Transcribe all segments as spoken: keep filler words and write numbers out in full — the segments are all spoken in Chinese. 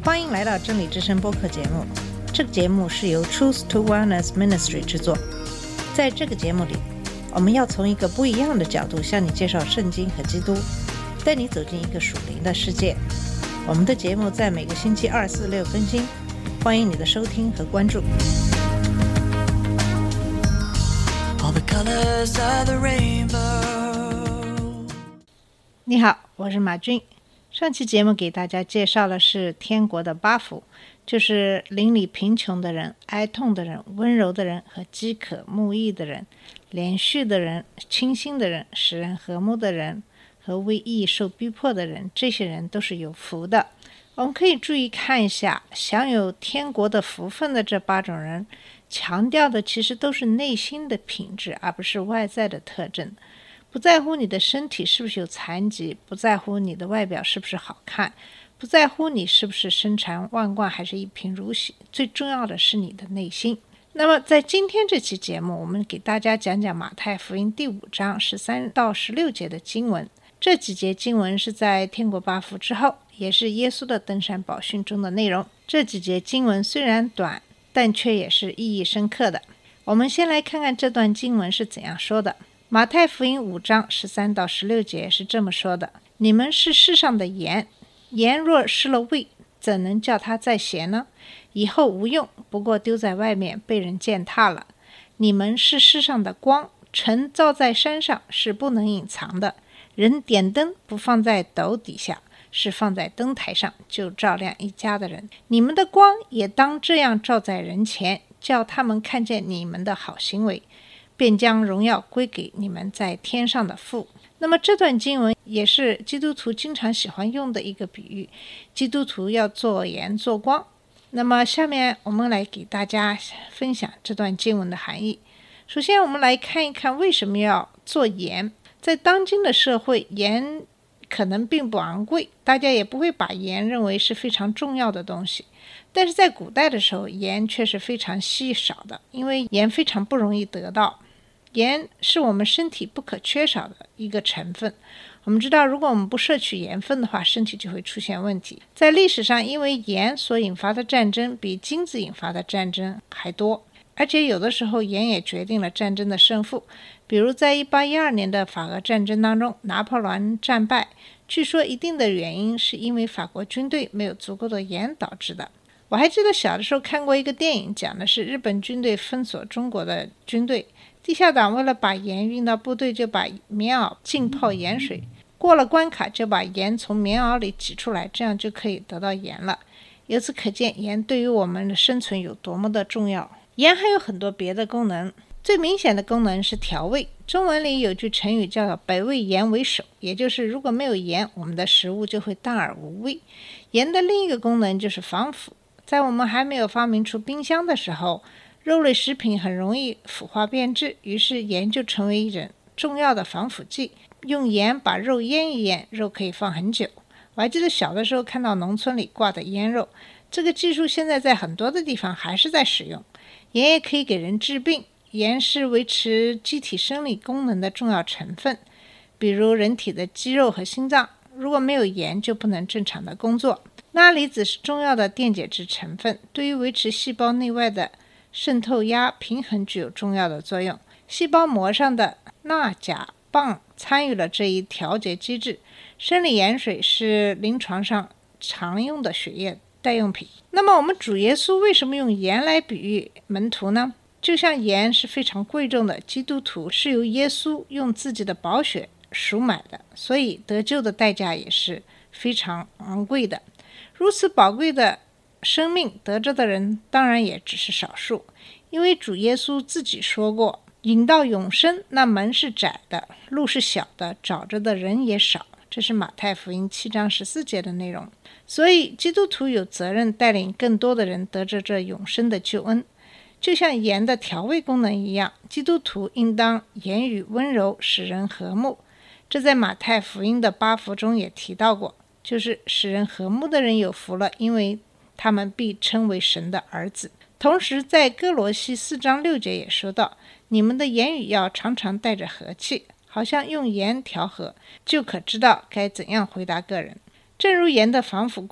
欢迎来到真理之声播客节目。这个节目是由 Truth to Wellness Ministry 制作。在这个节目里，我们要从一个不一样的角度向你介绍圣经和基督，带你走进一个属灵的世界。我们的节目在每个星期二、四、六更新，欢迎你的收听和关注。All the colors of the rainbow。 你好，我是马军。上期节目给大家介绍的是天国的八福，就是邻里贫穷的人、哀痛的人、温柔的人和饥渴慕义的人、连续的人、清心的人、使人和睦的人和为义受逼迫的人，这些人都是有福的。我们可以注意看一下，享有天国的福分的这八种人，强调的其实都是内心的品质，而不是外在的特征。不在乎你的身体是不是有残疾，不在乎你的外表是不是好看，不在乎你是不是身缠万贯还是一贫如洗，最重要的是你的内心。那么在今天这期节目，我们给大家讲讲马太福音第五章十三到十六节的经文。这几节经文是在天国八福之后，也是耶稣的登山宝训中的内容。这几节经文虽然短，但却也是意义深刻的。我们先来看看这段经文是怎样说的。马太福音五章十三到十六节是这么说的：你们是世上的盐，盐若失了味，怎能叫它再咸呢？以后无用，不过丢在外面，被人践踏了。你们是世上的光，晨照在山上，是不能隐藏的。人点灯不放在斗底下，是放在灯台上，就照亮一家的人。你们的光也当这样照在人前，叫他们看见你们的好行为，便将荣耀归给你们在天上的父。那么这段经文也是基督徒经常喜欢用的一个比喻，基督徒要做盐做光。那么下面我们来给大家分享这段经文的含义。首先我们来看一看为什么要做盐。在当今的社会，盐可能并不昂贵，大家也不会把盐认为是非常重要的东西。但是在古代的时候，盐却是非常稀少的，因为盐非常不容易得到。盐是我们身体不可缺少的一个成分。我们知道，如果我们不摄取盐分的话，身体就会出现问题。在历史上，因为盐所引发的战争比金子引发的战争还多，而且有的时候盐也决定了战争的胜负。比如在一八一二年的法俄战争当中，拿破仑战败，据说一定的原因是因为法国军队没有足够的盐导致的。我还记得小的时候看过一个电影，讲的是日本军队封锁中国的军队，地下党为了把盐运到部队，就把棉袄浸泡盐水，过了关卡就把盐从棉袄里挤出来，这样就可以得到盐了。由此可见，盐对于我们的生存有多么的重要。盐还有很多别的功能，最明显的功能是调味。中文里有句成语叫做百味盐为首，也就是如果没有盐，我们的食物就会淡而无味。盐的另一个功能就是防腐。在我们还没有发明出冰箱的时候，肉类食品很容易腐化变质，于是盐就成为一种重要的防腐剂。用盐把肉腌一腌，肉可以放很久。我还记得小的时候看到农村里挂的腌肉，这个技术现在在很多的地方还是在使用。盐也可以给人治病，盐是维持机体生理功能的重要成分，比如人体的肌肉和心脏，如果没有盐就不能正常的工作。钠离子是重要的电解质成分，对于维持细胞内外的渗透压平衡具有重要的作用。细胞膜上的钠钾棒参与了这一调节机制。生理盐水是临床上常用的血液代用品。那么我们主耶稣为什么用盐来比喻门徒呢？就像盐是非常贵重的，基督徒是由耶稣用自己的宝血赎买的，所以得救的代价也是非常昂贵的。如此宝贵的生命得着的人当然也只是少数，因为主耶稣自己说过，引到永生那门是窄的，路是小的，找着的人也少。这是马太福音七章十四节的内容。所以基督徒有责任带领更多的人得着这永生的救恩。就像盐的调味功能一样，基督徒应当言语温柔，使人和睦。这在马太福音的八福中也提到过，就是使人和睦的人有福了，因为他们必称为神的儿子。同时在哥罗西四章六节也说到，你们的言语要常常带着和气，好像用盐调和，就可知道该怎样回答个人。正如盐的防腐功能，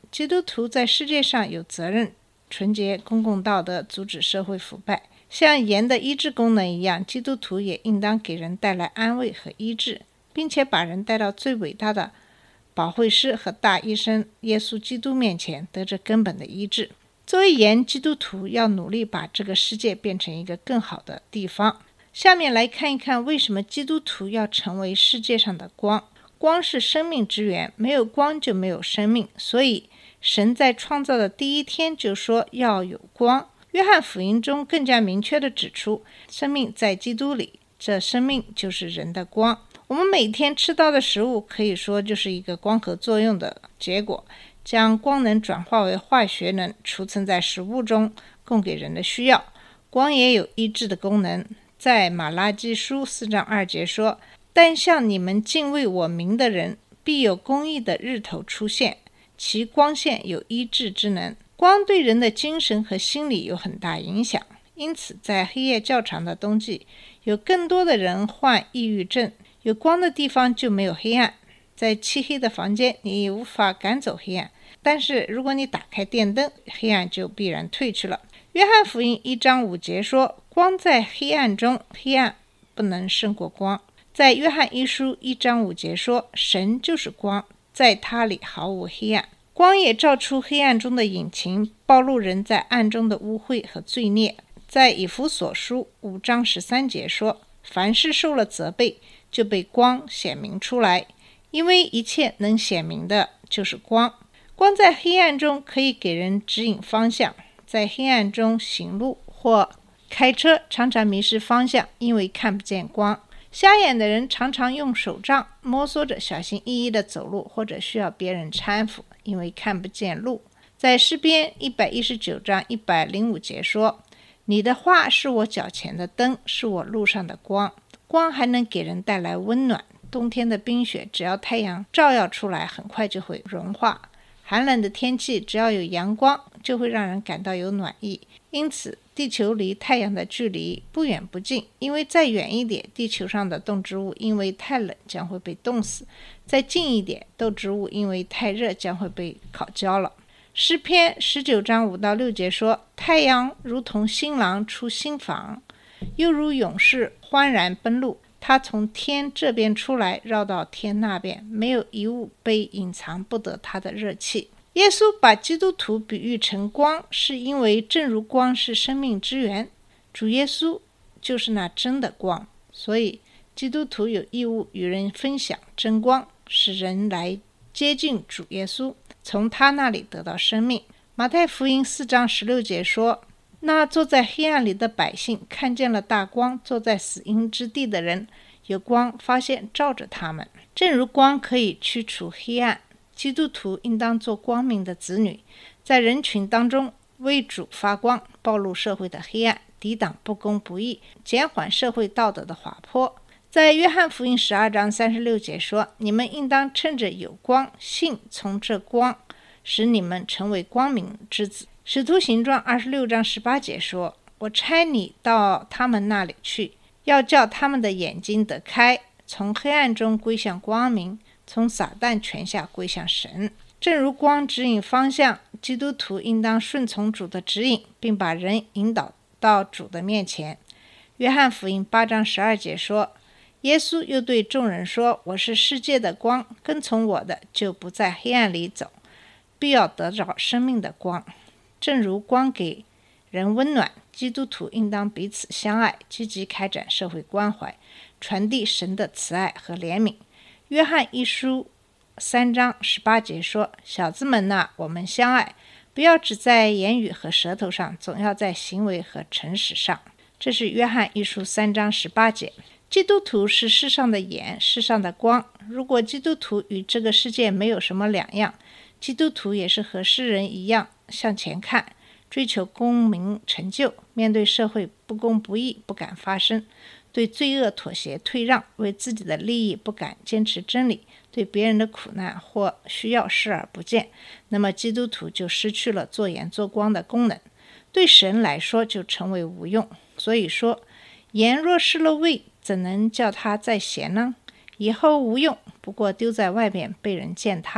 基督徒在世界上有责任纯洁公共道德，阻止社会腐败。像盐的医治功能一样，基督徒也应当给人带来安慰和医治，并且把人带到最伟大的保惠师和大医生耶稣基督面前，得着根本的医治。作为盐，基督徒要努力把这个世界变成一个更好的地方。下面来看一看为什么基督徒要成为世界上的光。光是生命之源，没有光就没有生命，所以神在创造的第一天就说要有光。约翰福音中更加明确地指出，生命在基督里，这生命就是人的光。我们每天吃到的食物可以说就是一个光合作用的结果，将光能转化为化学能，储存在食物中，供给人的需要。光也有医治的功能，在马拉基书四章二节说，但像你们敬畏我名的人，必有公义的日头出现，其光线有医治之能。光对人的精神和心理有很大影响，因此在黑夜较长的冬季，有更多的人患抑郁症。有光的地方就没有黑暗，在漆黑的房间你也无法赶走黑暗，但是如果你打开电灯，黑暗就必然退去了。约翰福音一章五节说，光在黑暗中，黑暗不能胜过光。在约翰一书一章五节说，神就是光，在他里毫无黑暗。光也照出黑暗中的隐情，暴露人在暗中的污秽和罪孽。在以弗所书五章十三节说，凡是受了责备，就被光显明出来，因为一切能显明的就是光。光在黑暗中可以给人指引方向，在黑暗中行路或开车常常迷失方向，因为看不见光。瞎眼的人常常用手杖摸索着小心翼翼地走路，或者需要别人搀扶，因为看不见路。在诗篇一百一十九章一百零五节说，你的话是我脚前的灯，是我路上的光。光还能给人带来温暖，冬天的冰雪只要太阳照耀出来，很快就会融化。寒冷的天气只要有阳光，就会让人感到有暖意。因此地球离太阳的距离不远不近，因为再远一点，地球上的动植物因为太冷将会被冻死；再近一点，动植物因为太热将会被烤焦了。诗篇十九章五到六节说，太阳如同新郎出新房，又如勇士欢然奔路，他从天这边出来，绕到天那边，没有一物被隐藏不得他的热气。耶稣把基督徒比喻成光，是因为正如光是生命之源，主耶稣就是那真的光，所以基督徒有义务与人分享真光，使人来接近主耶稣，从他那里得到生命。马太福音四章十六节说，那坐在黑暗里的百姓看见了大光，坐在死荫之地的人有光发现照着他们。正如光可以驱除黑暗，基督徒应当做光明的子女，在人群当中为主发光，暴露社会的黑暗，抵挡不公不义，减缓社会道德的滑坡。在约翰福音十二章三十六节说，你们应当趁着有光，信从这光，使你们成为光明之子。使徒行传二十六章十八节说，我差你到他们那里去，要叫他们的眼睛得开，从黑暗中归向光明，从撒旦权下归向神。正如光指引方向，基督徒应当顺从主的指引，并把人引导到主的面前。约翰福音八章十二节说，耶稣又对众人说，我是世界的光，跟从我的就不在黑暗里走，必要得着生命的光。正如光给人温暖，基督徒应当彼此相爱，积极开展社会关怀，传递神的慈爱和怜悯。约翰一书三章十八节说，小子们哪，我们相爱，不要只在言语和舌头上，总要在行为和诚实上。这是约翰一书三章十八节。基督徒是世上的盐，世上的光。如果基督徒与这个世界没有什么两样，基督徒也是和世人一样向前看，追求功名成就，面对社会不公不义不敢发声，对罪恶妥协退让，为自己的利益不敢坚持真理，对别人的苦难或需要视而不见，那么基督徒就失去了做盐做光的功能，对神来说就成为无用。所以说，盐若失了味，怎能叫它再咸呢？以后无用，不过丢在外边被人践踏了。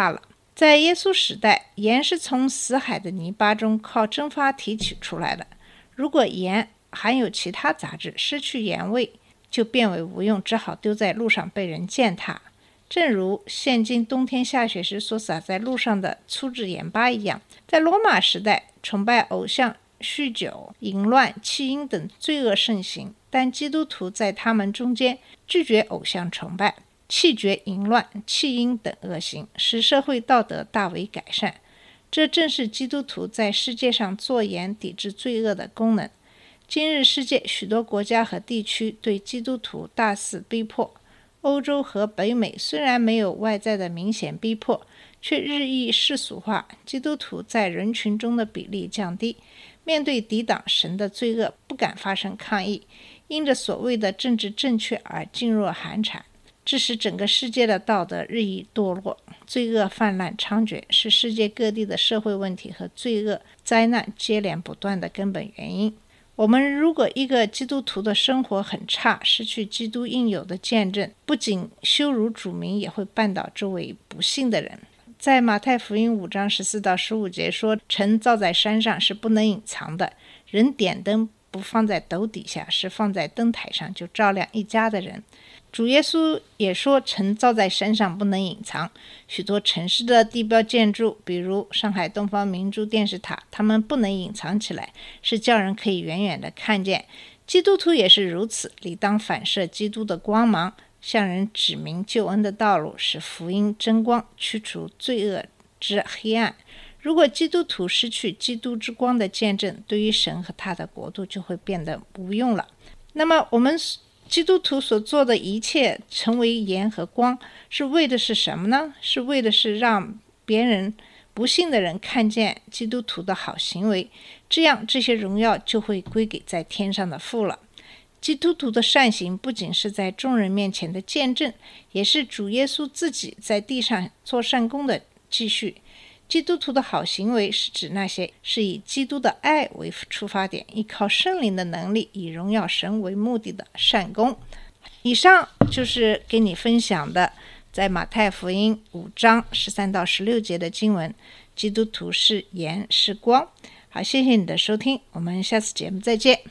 在耶稣时代，盐是从死海的泥巴中靠蒸发提取出来的。如果盐含有其他杂质，失去盐味，就变为无用，只好丢在路上被人践踏。正如现今冬天下雪时所洒在路上的粗制盐巴一样，在罗马时代，崇拜偶像、酗酒、淫乱、弃婴等罪恶盛行，但基督徒在他们中间拒绝偶像崇拜，弃绝淫乱、弃婴等恶行，使社会道德大为改善。这正是基督徒在世界上做盐抵制罪恶的功能。今日世界许多国家和地区对基督徒大肆逼迫，欧洲和北美虽然没有外在的明显逼迫，却日益世俗化，基督徒在人群中的比例降低，面对抵挡神的罪恶不敢发生抗议，因着所谓的政治正确而噤若寒蝉，致使整个世界的道德日益堕落，罪恶泛滥猖獗，是世界各地的社会问题和罪恶灾难接连不断的根本原因。我们如果一个基督徒的生活很差，失去基督应有的见证，不仅羞辱主名，也会绊倒周围不信的人。在马太福音五章十四到十五节说，城造在山上是不能隐藏的，人点灯不放在斗底下，是放在灯台上，就照亮一家的人。主耶稣也说，城造在山上不能隐藏。许多城市的地标建筑，比如上海东方明珠电视塔，它们不能隐藏起来，是叫人可以远远的看见。基督徒也是如此，理当反射基督的光芒，向人指明救恩的道路，使福音争光，驱除罪恶之黑暗。如果基督徒失去基督之光的见证，对于神和他的国度就会变得无用了。那么我们基督徒所做的一切成为盐和光，是为的是什么呢？是为的是让别人不信的人看见基督徒的好行为，这样这些荣耀就会归给在天上的父了。基督徒的善行不仅是在众人面前的见证，也是主耶稣自己在地上做善功的继续。基督徒的好行为是指那些是以基督的爱为出发点，依靠圣灵的能力，以荣耀神为目的的善功。以上就是给你分享的在马太福音五章十三到十六节的经文，基督徒是盐是光。好，谢谢你的收听，我们下次节目再见。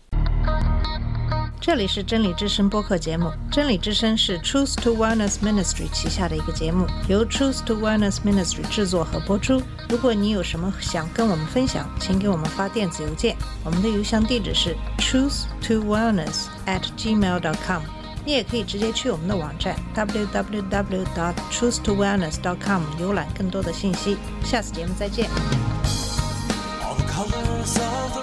这里是真理之声播客节目，真理之声是 Truth to Wellness Ministry 旗下的一个节目，由 Truth to Wellness Ministry 制作和播出。如果你有什么想跟我们分享，请给我们发电子邮件，我们的邮箱地址是 truth to wellness at gmail dot com。 你也可以直接去我们的网站 double-u double-u double-u dot truth to wellness dot com 浏览更多的信息。下次节目再见。All the colors of the